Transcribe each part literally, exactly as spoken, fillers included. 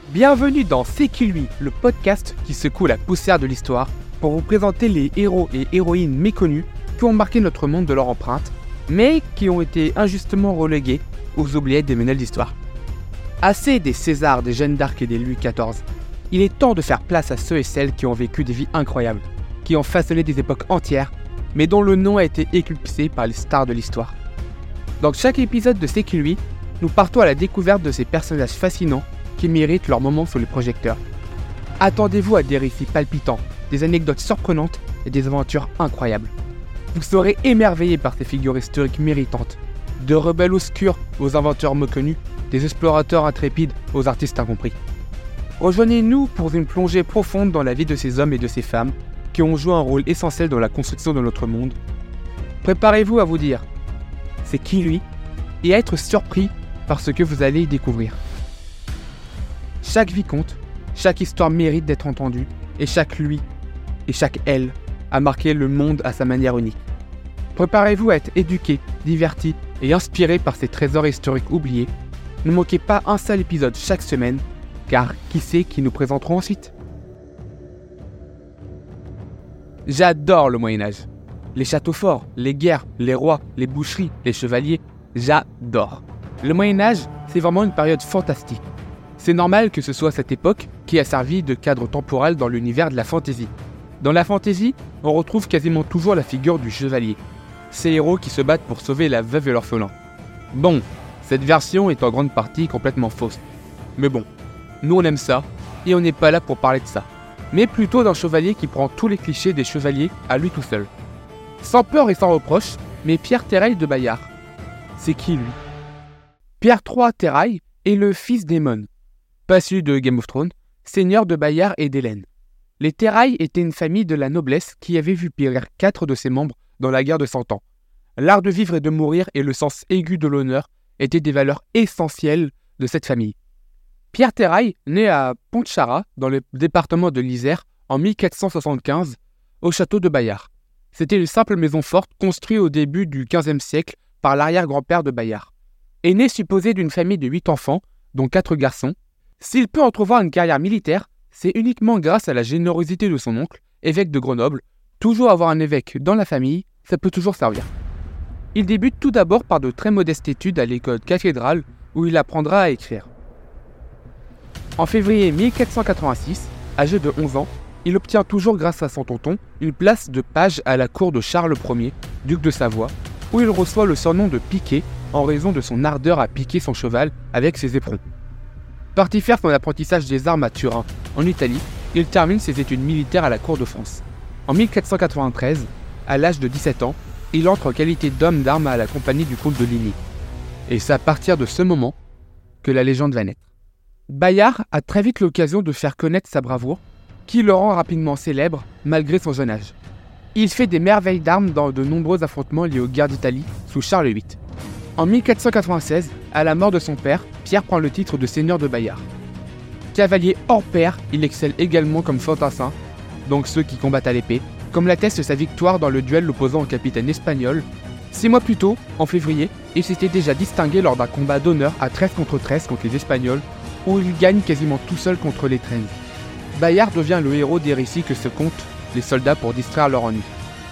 Bienvenue dans C'est qui lui, le podcast qui secoue la poussière de l'histoire pour vous présenter les héros et héroïnes méconnus qui ont marqué notre monde de leur empreinte, mais qui ont été injustement relégués aux oubliettes des manuels d'histoire. Assez des Césars, des Jeanne d'Arc et des Louis quatorze. Il est temps de faire place à ceux et celles qui ont vécu des vies incroyables, qui ont façonné des époques entières, mais dont le nom a été éclipsé par les stars de l'histoire. Dans chaque épisode de C'est qui lui, nous partons à la découverte de ces personnages fascinants qui méritent leur moment sous les projecteurs. Attendez-vous à des récits palpitants, des anecdotes surprenantes et des aventures incroyables. Vous serez émerveillés par ces figures historiques méritantes, de rebelles obscurs aux inventeurs méconnus, des explorateurs intrépides aux artistes incompris. Rejoignez-nous pour une plongée profonde dans la vie de ces hommes et de ces femmes qui ont joué un rôle essentiel dans la construction de notre monde. Préparez-vous à vous dire « C'est qui lui ?» et à être surpris par ce que vous allez y découvrir. Chaque vie compte, chaque histoire mérite d'être entendue, et chaque lui et chaque elle a marqué le monde à sa manière unique. Préparez-vous à être éduqué, diverti et inspiré par ces trésors historiques oubliés. Ne manquez pas un seul épisode chaque semaine, car qui sait qui nous présenteront ensuite. J'adore le Moyen-Âge. Les châteaux forts, les guerres, les rois, les boucheries, les chevaliers, j'adore. Le Moyen-Âge, c'est vraiment une période fantastique. C'est normal que ce soit cette époque qui a servi de cadre temporel dans l'univers de la fantasy. Dans la fantasy, on retrouve quasiment toujours la figure du chevalier. Ces héros qui se battent pour sauver la veuve et l'orphelin. Bon, cette version est en grande partie complètement fausse. Mais bon, nous on aime ça, et on n'est pas là pour parler de ça. Mais plutôt d'un chevalier qui prend tous les clichés des chevaliers à lui tout seul. Sans peur et sans reproche, mais Pierre Terrail de Bayard. C'est qui lui ? Pierre trois Terrail est le fils d'Aemon, pas celui de Game of Thrones, seigneur de Bayard et d'Hélène. Les Terrail étaient une famille de la noblesse qui avait vu périr quatre de ses membres dans la guerre de Cent Ans. L'art de vivre et de mourir et le sens aigu de l'honneur étaient des valeurs essentielles de cette famille. Pierre Terrail naît à Pontcharra, dans le département de l'Isère, en mille quatre cent soixante-quinze, au château de Bayard. C'était une simple maison forte construite au début du quinzième siècle par l'arrière-grand-père de Bayard. Aîné supposé d'une famille de huit enfants, dont quatre garçons, s'il peut entrevoir une carrière militaire, c'est uniquement grâce à la générosité de son oncle, évêque de Grenoble. Toujours avoir un évêque dans la famille, ça peut toujours servir. Il débute tout d'abord par de très modestes études à l'école cathédrale, où il apprendra à écrire. En février mille quatre cent quatre-vingt-six, âgé de onze ans, il obtient toujours grâce à son tonton une place de page à la cour de Charles Ier, duc de Savoie, où il reçoit le surnom de Piquet en raison de son ardeur à piquer son cheval avec ses éperons. Parti faire son apprentissage des armes à Turin, en Italie, il termine ses études militaires à la cour de France. En mille quatre cent quatre-vingt-treize, à l'âge de dix-sept ans, il entre en qualité d'homme d'armes à la compagnie du comte de Ligny. Et c'est à partir de ce moment que la légende va naître. Bayard a très vite l'occasion de faire connaître sa bravoure, qui le rend rapidement célèbre malgré son jeune âge. Il fait des merveilles d'armes dans de nombreux affrontements liés aux guerres d'Italie sous Charles huit. En mille quatre cent quatre-vingt-seize, à la mort de son père, Pierre prend le titre de seigneur de Bayard. Cavalier hors pair, il excelle également comme fantassin, donc ceux qui combattent à l'épée, comme l'atteste sa victoire dans le duel l'opposant au capitaine espagnol. Six mois plus tôt, en février, il s'était déjà distingué lors d'un combat d'honneur à treize contre treize contre les Espagnols, où il gagne quasiment tout seul contre les treize. Bayard devient le héros des récits que se content les soldats pour distraire leur ennui.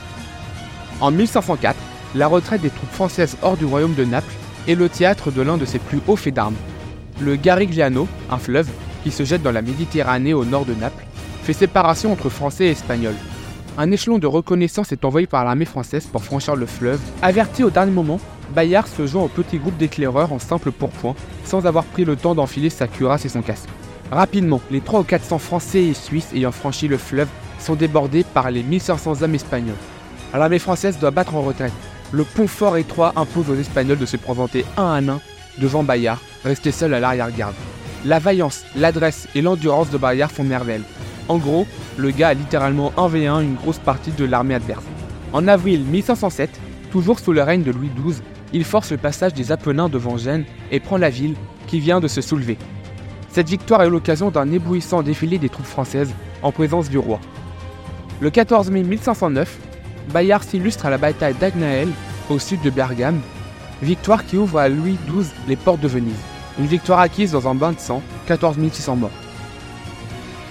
En mille cinq cent quatre, la retraite des troupes françaises hors du royaume de Naples est le théâtre de l'un de ses plus hauts faits d'armes. Le Garigliano, un fleuve qui se jette dans la Méditerranée au nord de Naples, fait séparation entre Français et Espagnols. Un échelon de reconnaissance est envoyé par l'armée française pour franchir le fleuve. Averti au dernier moment, Bayard se joint au petit groupe d'éclaireurs en simple pourpoint, sans avoir pris le temps d'enfiler sa cuirasse et son casque. Rapidement, les trois ou quatre cents Français et Suisses ayant franchi le fleuve sont débordés par les mille cinq cents hommes espagnols. L'armée française doit battre en retraite. Le pont fort étroit impose aux Espagnols de se présenter un à un devant Bayard, resté seul à l'arrière-garde. La vaillance, l'adresse et l'endurance de Bayard font merveille. En gros, le gars a littéralement un contre un une grosse partie de l'armée adverse. En avril mille cinq cent sept, toujours sous le règne de Louis douze, il force le passage des Apennins devant Gênes et prend la ville qui vient de se soulever. Cette victoire est l'occasion d'un éblouissant défilé des troupes françaises en présence du roi. Le quatorze mai mille cinq cent neuf, Bayard s'illustre à la bataille d'Agnaël, au sud de Bergame, victoire qui ouvre à Louis douze les portes de Venise. Une victoire acquise dans un bain de sang, quatorze mille six cents morts.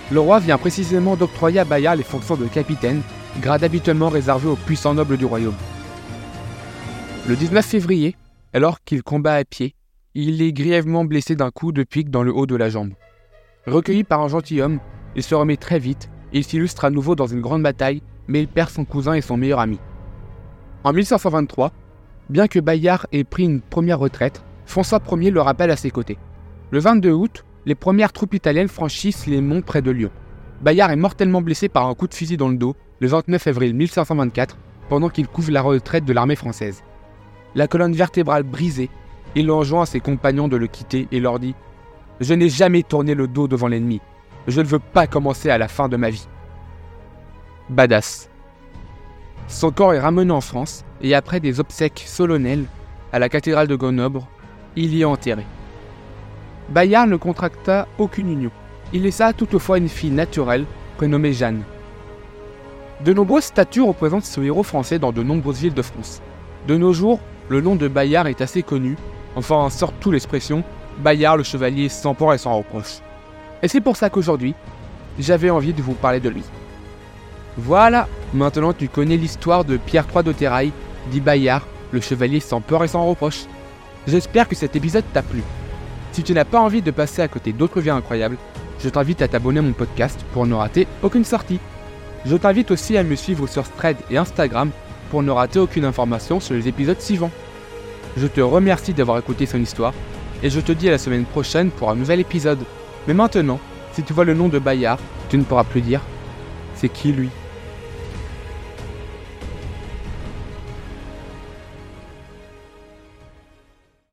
Le roi vient précisément d'octroyer à Bayard les fonctions de capitaine, grade habituellement réservé aux puissants nobles du royaume. Le dix-neuf février, alors qu'il combat à pied, il est grièvement blessé d'un coup de pique dans le haut de la jambe. Recueilli par un gentilhomme, il se remet très vite et il s'illustre à nouveau dans une grande bataille, mais il perd son cousin et son meilleur ami. En mille cinq cent vingt-trois, bien que Bayard ait pris une première retraite, François Ier le rappelle à ses côtés. Le vingt-deux août, les premières troupes italiennes franchissent les monts près de Lyon. Bayard est mortellement blessé par un coup de fusil dans le dos le vingt-neuf avril mille cinq cent vingt-quatre, pendant qu'il couvre la retraite de l'armée française. La colonne vertébrale brisée, il enjoint à ses compagnons de le quitter et leur dit « Je n'ai jamais tourné le dos devant l'ennemi. Je ne veux pas commencer à la fin de ma vie. » Badass. Son corps est ramené en France et après des obsèques solennelles à la cathédrale de Grenoble, il y est enterré. Bayard ne contracta aucune union. Il laissa toutefois une fille naturelle prénommée Jeanne. De nombreuses statues représentent ce héros français dans de nombreuses villes de France. De nos jours, le nom de Bayard est assez connu, enfin surtout l'expression « Bayard le chevalier sans peur et sans reproche ». Et c'est pour ça qu'aujourd'hui, j'avais envie de vous parler de lui. Voilà, maintenant tu connais l'histoire de Pierre trois de Terrail, dit Bayard, le chevalier sans peur et sans reproche. J'espère que cet épisode t'a plu. Si tu n'as pas envie de passer à côté d'autres vies incroyables, je t'invite à t'abonner à mon podcast pour ne rater aucune sortie. Je t'invite aussi à me suivre sur Threads et Instagram pour ne rater aucune information sur les épisodes suivants. Je te remercie d'avoir écouté son histoire et je te dis à la semaine prochaine pour un nouvel épisode. Mais maintenant, si tu vois le nom de Bayard, tu ne pourras plus dire « C'est qui lui ?»